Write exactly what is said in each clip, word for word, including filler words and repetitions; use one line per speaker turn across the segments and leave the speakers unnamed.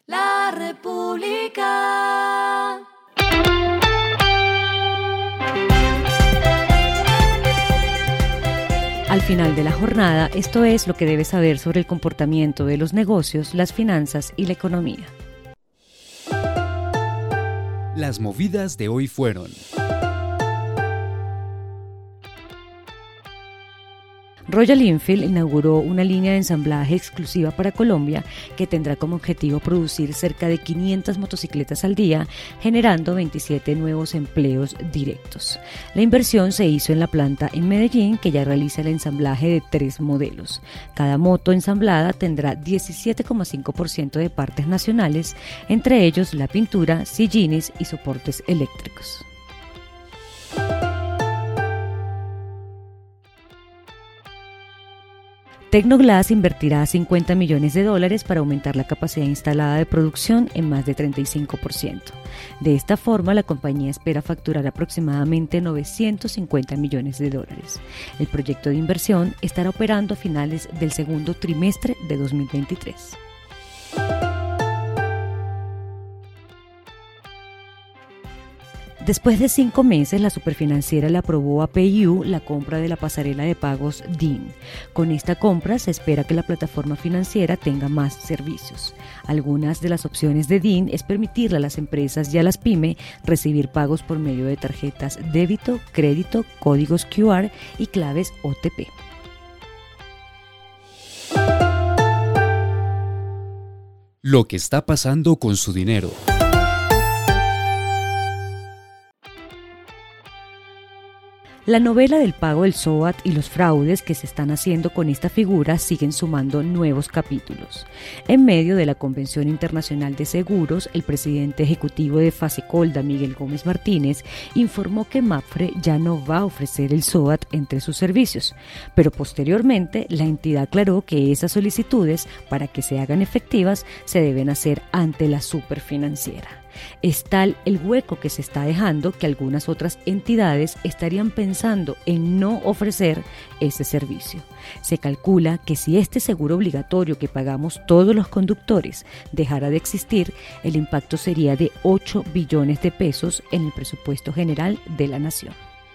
La República.
Al final de la jornada, esto es lo que debes saber sobre el comportamiento de los negocios, las finanzas y la economía.
Las movidas de hoy fueron:
Royal Enfield inauguró una línea de ensamblaje exclusiva para Colombia que tendrá como objetivo producir cerca de quinientas motocicletas al día, generando veintisiete nuevos empleos directos. La inversión se hizo en la planta en Medellín, que ya realiza el ensamblaje de tres modelos. Cada moto ensamblada tendrá diecisiete coma cinco por ciento de partes nacionales, entre ellos la pintura, sillines y soportes eléctricos. Tecnoglass invertirá cincuenta millones de dólares para aumentar la capacidad instalada de producción en más de treinta y cinco por ciento. De esta forma, la compañía espera facturar aproximadamente novecientos cincuenta millones de dólares. El proyecto de inversión estará operando a finales del segundo trimestre de dos mil veintitrés. Después de cinco meses, la superfinanciera le aprobó a PayU la compra de la pasarela de pagos D I N. Con esta compra se espera que la plataforma financiera tenga más servicios. Algunas de las opciones de D I N es permitirle a las empresas y a las pymes recibir pagos por medio de tarjetas débito, crédito, códigos Q R y claves O T P.
Lo que está pasando con su dinero.
La novela del pago del S O A T y los fraudes que se están haciendo con esta figura siguen sumando nuevos capítulos. En medio de la Convención Internacional de Seguros, el presidente ejecutivo de Fasicolda, Miguel Gómez Martínez, informó que Mapfre ya no va a ofrecer el S O A T entre sus servicios, pero posteriormente la entidad aclaró que esas solicitudes, para que se hagan efectivas, se deben hacer ante la superfinanciera. Es tal el hueco que se está dejando que algunas otras entidades estarían pensando en no ofrecer ese servicio. Se calcula que si este seguro obligatorio que pagamos todos los conductores dejara de existir, el impacto sería de ocho billones de pesos en el presupuesto general de la nación.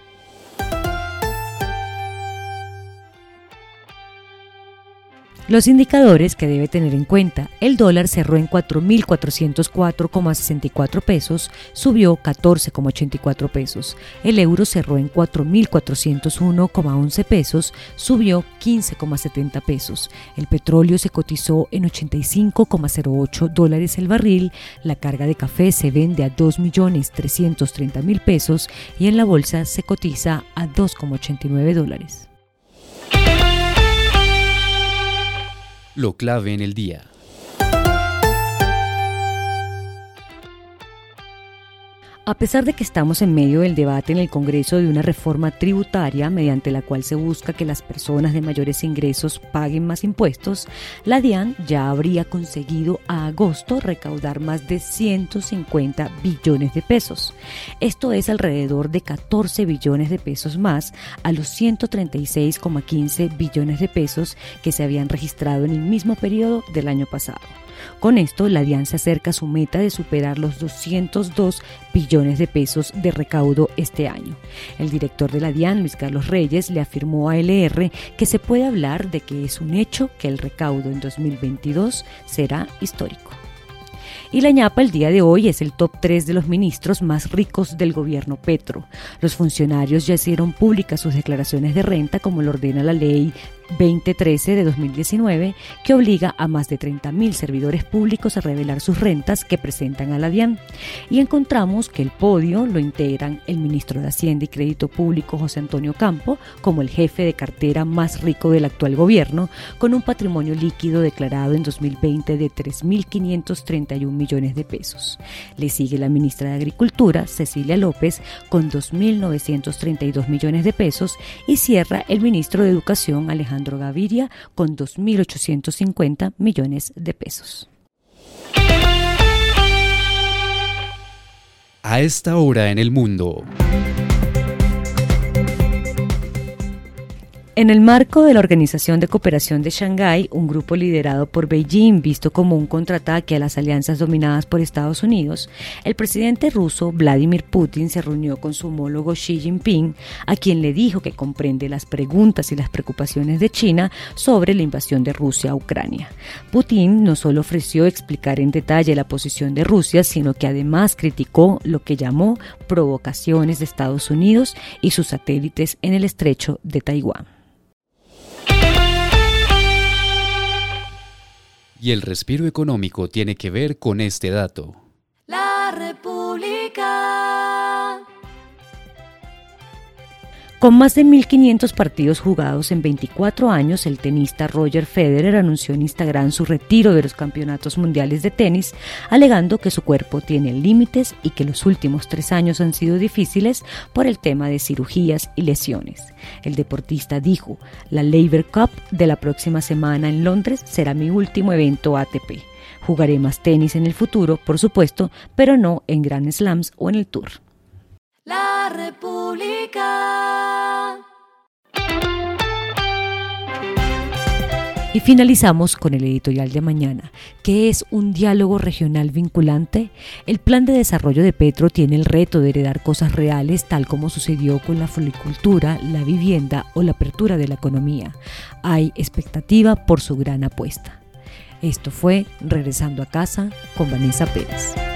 Los indicadores que debe tener en cuenta: el dólar cerró en cuatro mil cuatrocientos cuatro coma sesenta y cuatro pesos, subió catorce coma ochenta y cuatro pesos. El euro cerró en cuatro mil cuatrocientos uno coma once pesos, subió quince coma setenta pesos. El petróleo se cotizó en ochenta y cinco coma cero ocho dólares el barril. La carga de café se vende a dos millones trescientos treinta mil pesos y en la bolsa se cotiza a dos coma ochenta y nueve dólares.
Lo clave en el día.
A pesar de que estamos en medio del debate en el Congreso de una reforma tributaria mediante la cual se busca que las personas de mayores ingresos paguen más impuestos, la DIAN ya habría conseguido a agosto recaudar más de ciento cincuenta billones de pesos. Esto es alrededor de catorce billones de pesos más a los ciento treinta y seis coma quince billones de pesos que se habían registrado en el mismo periodo del año pasado. Con esto, la DIAN se acerca a su meta de superar los doscientos dos billones de pesos de recaudo este año. El director de la DIAN, Luis Carlos Reyes, le afirmó a L R que se puede hablar de que es un hecho que el recaudo en dos mil veintidós será histórico. Y la ñapa el día de hoy es el top tres de los ministros más ricos del gobierno Petro. Los funcionarios ya hicieron públicas sus declaraciones de renta, como lo ordena la ley veinte trece de dos mil diecinueve, que obliga a más de treinta mil servidores públicos a revelar sus rentas que presentan a la DIAN. Y encontramos que el podio lo integran el ministro de Hacienda y Crédito Público, José Antonio Campo, como el jefe de cartera más rico del actual gobierno, con un patrimonio líquido declarado en dos mil veinte de tres mil quinientos treinta y un millones de pesos. Le sigue la ministra de Agricultura, Cecilia López, con dos mil novecientos treinta y dos millones de pesos, y cierra el ministro de Educación, Alejandro Alejandro Gaviria, con dos mil ochocientos cincuenta millones de pesos.
A esta hora en el mundo.
En el marco de la Organización de Cooperación de Shanghái, un grupo liderado por Beijing, visto como un contraataque a las alianzas dominadas por Estados Unidos, el presidente ruso Vladimir Putin se reunió con su homólogo Xi Jinping, a quien le dijo que comprende las preguntas y las preocupaciones de China sobre la invasión de Rusia a Ucrania. Putin no solo ofreció explicar en detalle la posición de Rusia, sino que además criticó lo que llamó provocaciones de Estados Unidos y sus satélites en el estrecho de Taiwán.
Y el respiro económico tiene que ver con este dato.
La República.
Con más de mil quinientos partidos jugados en veinticuatro años, el tenista Roger Federer anunció en Instagram su retiro de los campeonatos mundiales de tenis, alegando que su cuerpo tiene límites y que los últimos tres años han sido difíciles por el tema de cirugías y lesiones. El deportista dijo: "La Laver Cup de la próxima semana en Londres será mi último evento A T P. Jugaré más tenis en el futuro, por supuesto, pero no en Grand Slams o en el Tour".
La República.
Y finalizamos con el editorial de mañana. ¿Qué es un diálogo regional vinculante? El plan de desarrollo de Petro tiene el reto de heredar cosas reales, tal como sucedió con la floricultura, la vivienda o la apertura de la economía. Hay expectativa por su gran apuesta. Esto fue Regresando a Casa con Vanessa Pérez.